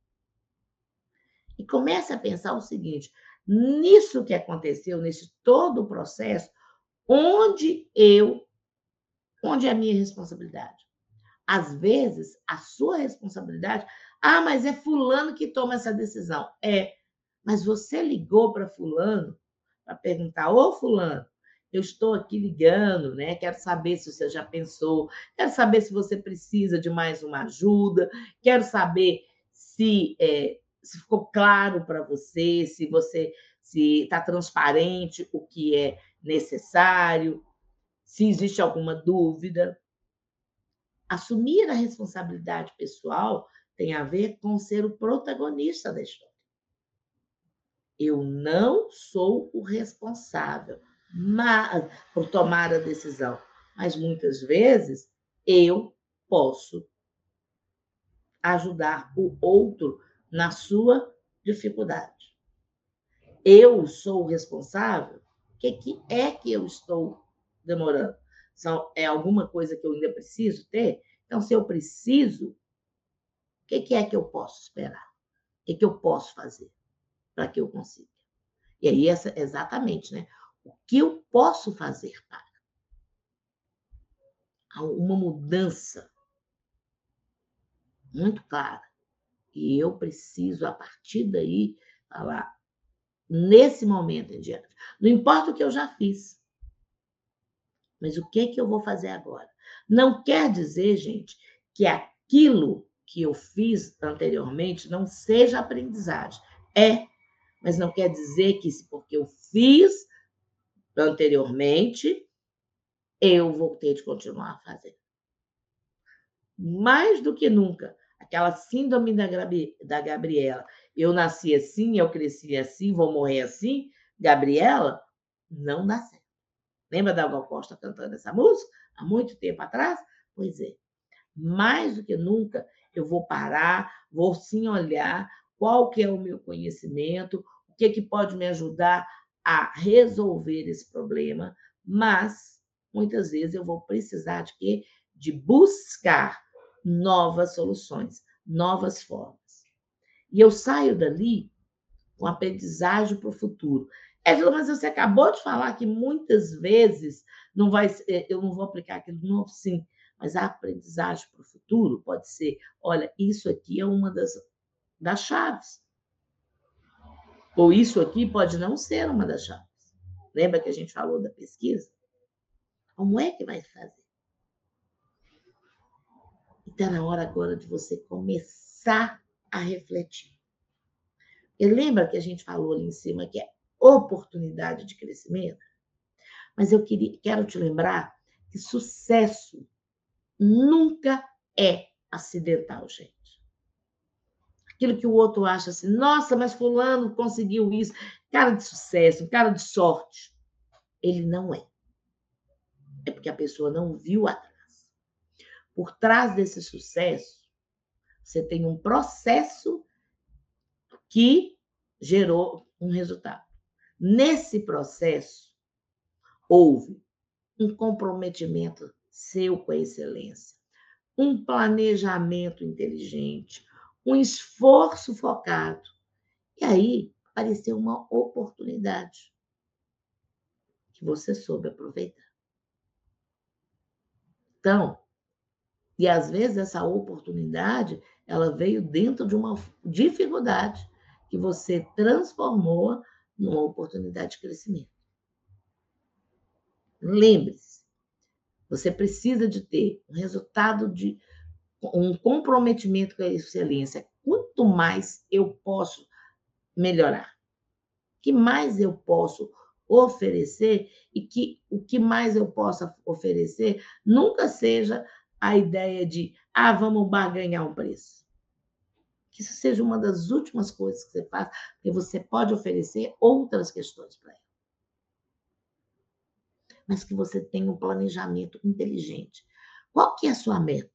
E comece a pensar o seguinte, nisso que aconteceu, nesse todo o processo, onde eu, onde é a minha responsabilidade? Às vezes, a sua responsabilidade, ah, mas é fulano que toma essa decisão. É, mas você ligou para fulano para perguntar, ô fulano, eu estou aqui ligando, né? Quero saber se você já pensou, quero saber se você precisa de mais uma ajuda, quero saber se, é, se ficou claro para você, se você se está transparente o que é necessário, se existe alguma dúvida. Assumir a responsabilidade pessoal tem a ver com ser o protagonista da história. Eu não sou o responsável mas, por tomar a decisão, mas muitas vezes eu posso ajudar o outro na sua dificuldade. eu sou o responsável? O que, que é que eu estou demorando? São, é alguma coisa que eu ainda preciso ter? Então, se eu preciso, o que, que é que eu posso esperar? O que, que eu posso fazer para que eu consiga? E aí, essa, exatamente, né? O que eu posso fazer para? Uma mudança muito clara. E eu preciso, a partir daí, falar, nesse momento em diante. Não importa o que eu já fiz, mas o que, que eu vou fazer agora? Não quer dizer, gente, que aquilo que eu fiz anteriormente não seja aprendizagem. É, mas não quer dizer que porque eu fiz anteriormente, eu vou ter de continuar a fazer. Mais do que nunca, aquela síndrome da, da Gabriela. Eu nasci assim, eu cresci assim, vou morrer assim. Gabriela, não dá certo. Lembra da Gal Costa cantando essa música há muito tempo atrás? Pois é. Mais do que nunca, eu vou parar, vou sim olhar qual que é o meu conhecimento, o que, que pode me ajudar a resolver esse problema, mas muitas vezes eu vou precisar de quê? De buscar novas soluções, novas formas. E eu saio dali com aprendizagem para o futuro. Égila, mas você acabou de falar que muitas vezes não vai, eu não vou aplicar aquilo de novo, sim. Mas a aprendizagem para o futuro pode ser, olha, isso aqui é uma das, das chaves. Ou isso aqui pode não ser uma das chaves. Lembra que a gente falou da pesquisa? Como é que vai fazer? E está na hora agora de você começar a refletir. E lembra que a gente falou ali em cima que é oportunidade de crescimento? Mas eu queria, quero te lembrar que sucesso nunca é acidental, gente. Aquilo que o outro acha assim, nossa, mas fulano conseguiu isso, cara de sucesso, cara de sorte. Ele não é. É porque a pessoa não viu atrás. Por trás desse sucesso, você tem um processo que gerou um resultado. Nesse processo, houve um comprometimento seu com a excelência, um planejamento inteligente, um esforço focado. E aí apareceu uma oportunidade que você soube aproveitar. Então, e às vezes essa oportunidade, ela veio dentro de uma dificuldade que você transformou numa oportunidade de crescimento. Lembre-se, você precisa de ter um resultado de um comprometimento com a excelência. Quanto mais eu posso melhorar, que mais eu posso oferecer e que o que mais eu possa oferecer nunca seja a ideia de, ah, vamos barganhar um preço. Que isso seja uma das últimas coisas que você faz, porque você pode oferecer outras questões para ela. Mas que você tenha um planejamento inteligente. Qual que é a sua meta?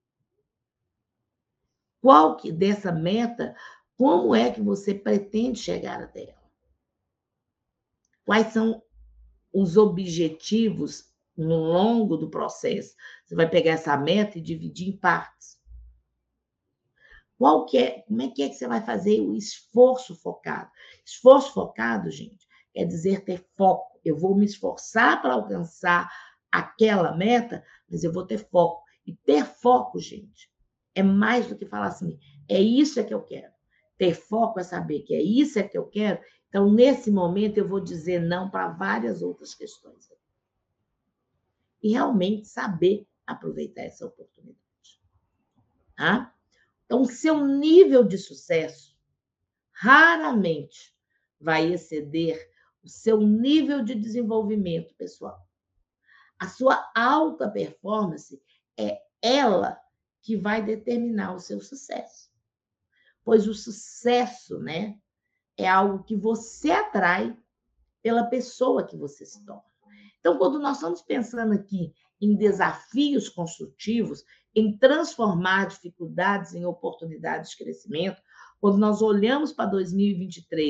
Qual que dessa meta, como é que você pretende chegar até ela? Quais são os objetivos no longo do processo? Você vai pegar essa meta e dividir em partes. Qual que é, como é que é que você vai fazer o esforço focado? Esforço focado, gente, quer dizer ter foco. Eu vou me esforçar para alcançar aquela meta, mas eu vou ter foco. E ter foco, gente, é mais do que falar assim, é isso é que eu quero. Ter foco é saber que é isso é que eu quero. Então, nesse momento, eu vou dizer não para várias outras questões. E realmente saber aproveitar essa oportunidade. Tá? Então, o seu nível de sucesso raramente vai exceder o seu nível de desenvolvimento pessoal. A sua alta performance é ela que vai determinar o seu sucesso. Pois o sucesso, né, é algo que você atrai pela pessoa que você se torna. Então, quando nós estamos pensando aqui em desafios construtivos, em transformar dificuldades em oportunidades de crescimento, quando nós olhamos para dois mil e vinte e três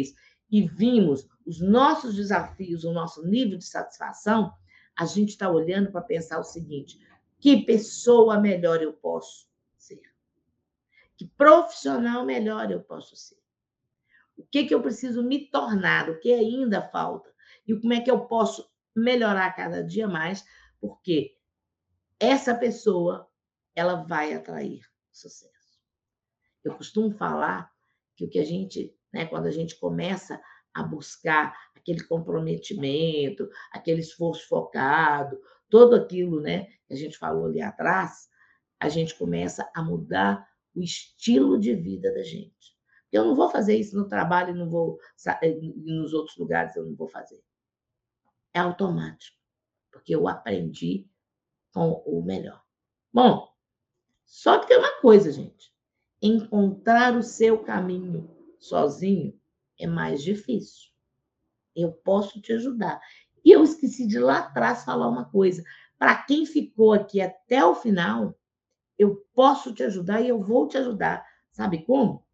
e vimos os nossos desafios, o nosso nível de satisfação, a gente está olhando para pensar o seguinte: que pessoa melhor eu posso ser? Que profissional melhor eu posso ser? O que, que eu preciso me tornar? O que ainda falta? E como é que eu posso melhorar cada dia mais? Porque essa pessoa, ela vai atrair sucesso. Eu costumo falar que o que a gente, né, quando a gente começa a buscar aquele comprometimento, aquele esforço focado, tudo aquilo, né, que a gente falou ali atrás, a gente começa a mudar o estilo de vida da gente. Eu não vou fazer isso no trabalho, não vou nos outros lugares, eu não vou fazer. É automático, porque eu aprendi com o melhor. Bom, só que tem uma coisa, gente. Encontrar o seu caminho sozinho é mais difícil. Eu posso te ajudar. E eu esqueci de lá atrás falar uma coisa. Para quem ficou aqui até o final, eu posso te ajudar e eu vou te ajudar. Sabe como?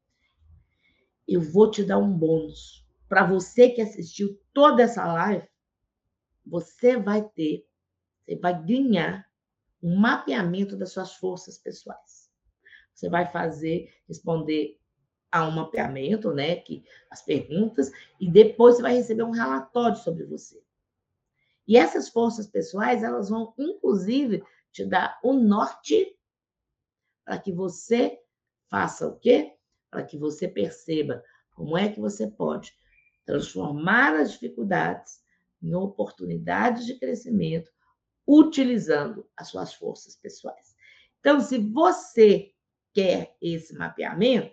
Eu vou te dar um bônus. Para você que assistiu toda essa live, você vai ter, você vai ganhar um mapeamento das suas forças pessoais. Você vai fazer, responder a um mapeamento, né, que, as perguntas, e depois você vai receber um relatório sobre você. E essas forças pessoais, elas vão, inclusive, te dar o norte para que você faça o quê? Para que você perceba como é que você pode transformar as dificuldades em oportunidades de crescimento, utilizando as suas forças pessoais. Então, se você quer esse mapeamento,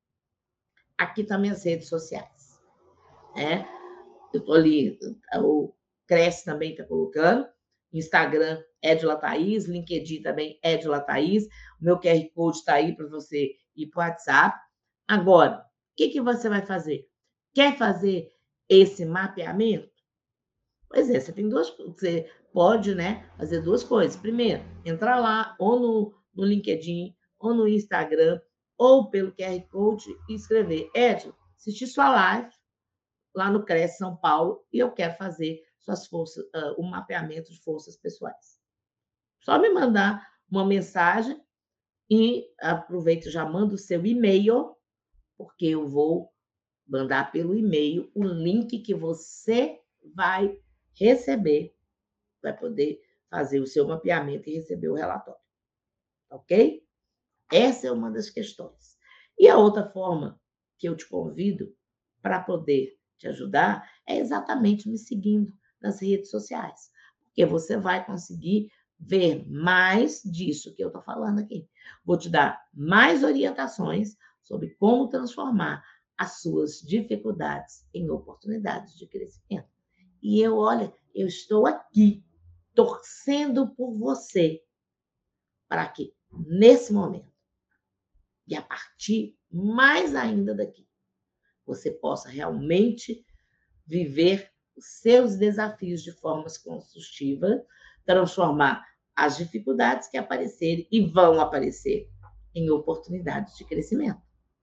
aqui estão minhas redes sociais. Né? Eu estou ali, o Cresce também está colocando, Instagram, Edila Thaís, LinkedIn também, Edila Thaís, o meu Q R Code está aí para você ir para o WhatsApp. Agora, o que, que você vai fazer? Quer fazer esse mapeamento? Pois é, você tem duas, você pode, né, fazer duas coisas. Primeiro, entrar lá ou no, no LinkedIn, ou no Instagram, ou pelo Q R Code e escrever: Edila, assisti sua live lá no Cresce São Paulo e eu quero fazer suas forças, uh, um mapeamento de forças pessoais. Só me mandar uma mensagem e aproveito, já manda o seu e-mail, porque eu vou mandar pelo e-mail o link que você vai receber, vai poder fazer o seu mapeamento e receber o relatório. Ok? Essa é uma das questões. E a outra forma que eu te convido para poder te ajudar é exatamente me seguindo nas redes sociais, porque você vai conseguir ver mais disso que eu estou falando aqui. Vou te dar mais orientações sobre como transformar as suas dificuldades em oportunidades de crescimento. E eu, olha, eu estou aqui torcendo por você para que, nesse momento, e a partir mais ainda daqui, você possa realmente viver os seus desafios de formas construtivas, transformar as dificuldades que aparecerem e vão aparecer em oportunidades de crescimento.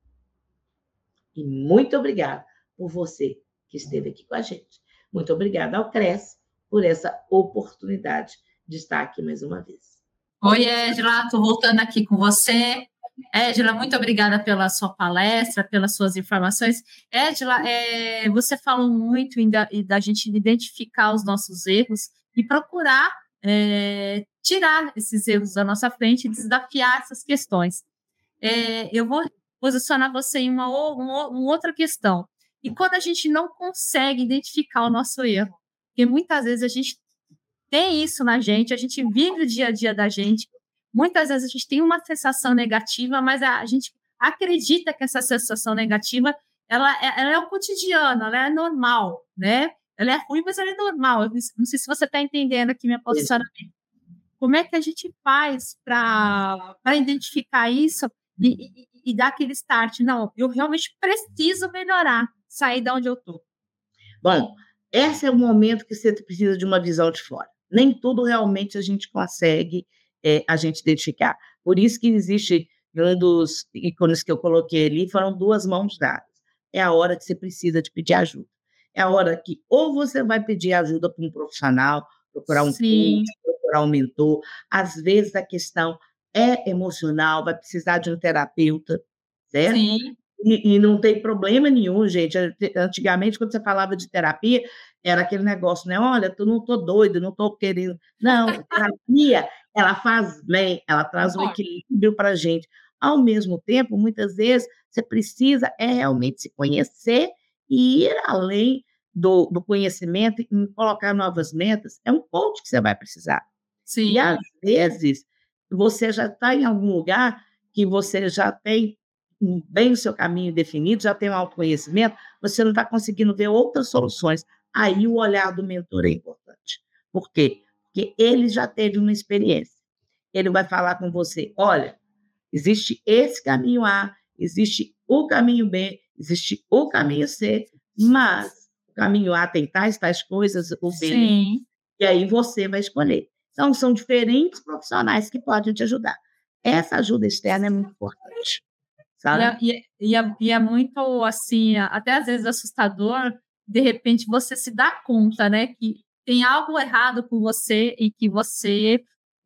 E muito obrigada por você que esteve aqui com a gente. Muito obrigada ao Cresce por essa oportunidade de estar aqui mais uma vez. Oi, Edila, estou voltando aqui com você. Edila, muito obrigada pela sua palestra, pelas suas informações. Edila, é, você falou muito em da, em da gente identificar os nossos erros e procurar é, tirar esses erros da nossa frente e desafiar essas questões. É, eu vou posicionar você em uma, uma, uma outra questão. E quando a gente não consegue identificar o nosso erro, porque muitas vezes a gente tem isso na gente, a gente vive o dia a dia da gente, muitas vezes a gente tem uma sensação negativa, mas a gente acredita que essa sensação negativa ela, ela é o cotidiano, ela é normal, né? Ela é ruim, mas ela é normal. Eu não sei se você está entendendo aqui meu posicionamento. Como é que a gente faz para identificar isso e, e, e dar aquele start? Não, eu realmente preciso melhorar, sair de onde eu estou. Bom, esse é o momento que você precisa de uma visão de fora. Nem tudo realmente a gente consegue é, a gente identificar. Por isso que existe, um dos ícones que eu coloquei ali, foram duas mãos dadas. é a hora que você precisa de pedir ajuda. É a hora que ou você vai pedir ajuda para um profissional, procurar um Sim. coach, procurar um mentor. Às vezes a questão é emocional, vai precisar de um terapeuta, certo? Sim. E, e não tem problema nenhum, gente. Antigamente, quando você falava de terapia, era aquele negócio, né? Olha, eu não estou doido, não estou querendo. Não, terapia, ela faz bem, ela traz um equilíbrio para a gente. Ao mesmo tempo, muitas vezes, você precisa é realmente se conhecer e ir além do, do conhecimento e colocar novas metas. É um coach que você vai precisar. Sim. E, às vezes, você já está em algum lugar que você já tem bem o seu caminho definido, já tem um autoconhecimento, você não está conseguindo ver outras soluções. Aí o olhar do mentor é importante. Por quê? Porque ele já teve uma experiência. Ele vai falar com você, olha, existe esse caminho A, existe o caminho B, existe o caminho C, mas o caminho A tem tais, tais coisas, o B, Sim. e aí você vai escolher. Então, são diferentes profissionais que podem te ajudar. Essa ajuda externa é muito importante. E é, e, é, e, é, e é muito, assim, até às vezes assustador, de repente você se dá conta, né, que tem algo errado com você e que você,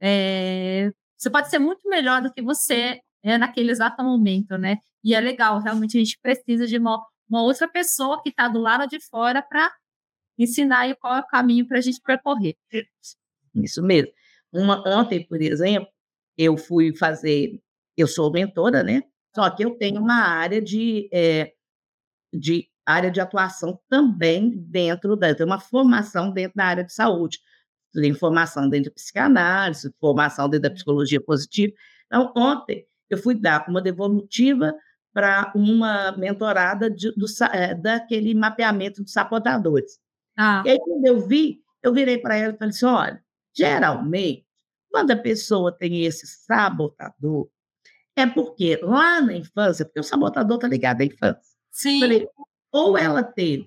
é, você pode ser muito melhor do que você é naquele exato momento, né, e é legal, realmente a gente precisa de uma, uma outra pessoa que está do lado de fora para ensinar aí qual é o caminho para a gente percorrer. Isso mesmo. Uma, ontem, por exemplo, eu fui fazer, eu sou mentora, né? Só que eu tenho uma área de, é, de área de atuação também dentro da, eu tenho uma formação dentro da área de saúde. Tem formação dentro da psicanálise, formação dentro da psicologia positiva. Então, ontem eu fui dar uma devolutiva para uma mentorada de, do, é, daquele mapeamento dos sabotadores. Ah. E aí, quando eu vi, eu virei para ela e falei assim, olha, geralmente, quando a pessoa tem esse sabotador, é porque lá na infância, porque o sabotador está ligado à infância. Sim. Falei, ou ela teve,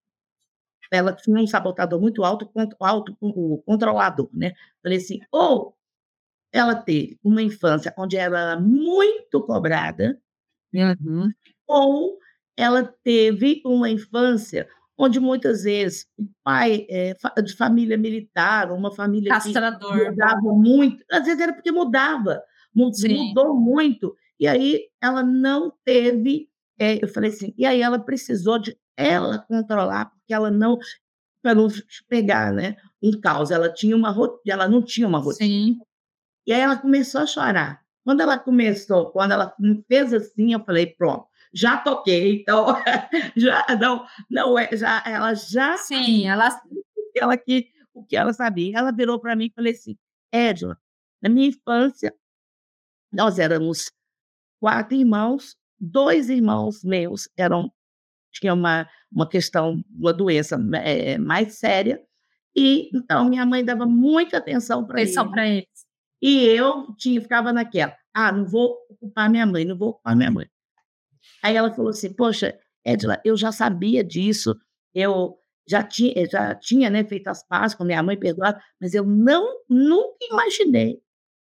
ela tinha um sabotador muito alto, alto o controlador, né? Falei assim, ou ela teve uma infância onde ela era muito cobrada, uhum. ou ela teve uma infância onde muitas vezes o pai é de família militar, uma família Castrador. que mudava muito, às vezes era porque mudava, mudou Sim. muito, e aí ela não teve, é, eu falei assim, e aí ela precisou de ela controlar, porque ela não, para não pegar, né, um caos, ela tinha uma rotina, ela não tinha uma rotina. Sim. E aí ela começou a chorar. Quando ela começou, quando ela fez assim, eu falei, pronto, já toquei, então já não, não é, já ela já Sim, ela ela que o que ela sabia. Ela virou para mim e falei assim, Edila, na minha infância nós éramos quatro irmãos, dois irmãos meus eram tinha uma uma questão, uma doença é, mais séria, e então minha mãe dava muita atenção para eles. Atenção para eles. E eu tinha, ficava naquela, ah, não vou ocupar minha mãe, não vou ocupar minha mãe. Aí ela falou assim, poxa, Edila, eu já sabia disso, eu já tinha, já tinha né, feito as pazes com minha mãe, perdoado, mas eu não, nunca imaginei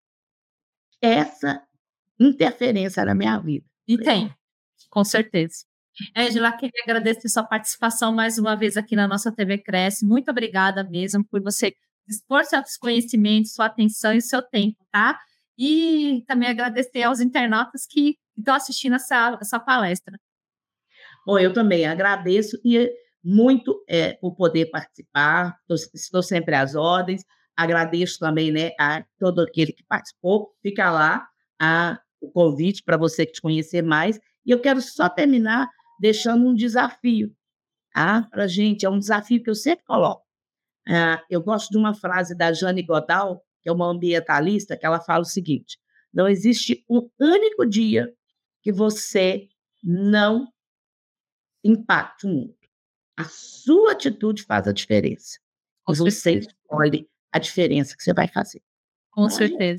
essa interferência na minha vida. E tem, com certeza. Edila, queria agradecer sua participação mais uma vez aqui na nossa T V Cresce. Muito obrigada mesmo por você dispor seus conhecimentos, sua atenção e seu tempo, tá? E também agradecer aos internautas que estão assistindo essa, essa palestra. Bom, eu também agradeço e muito é, por poder participar, estou, estou sempre às ordens, agradeço também né, a todo aquele que participou, fica lá a, o convite para você te conhecer mais, e eu quero só terminar deixando um desafio tá, para a gente, é um desafio que eu sempre coloco. Ah, eu gosto de uma frase da Jane Goodall, que é uma ambientalista, que ela fala o seguinte, não existe um único dia que você não impacte o mundo. A sua atitude faz a diferença. Com você certeza. escolhe a diferença que você vai fazer. Com certeza.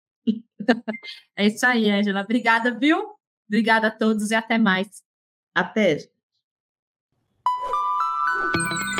É isso aí, Edila. Obrigada, viu? Obrigada a todos e até mais. Até.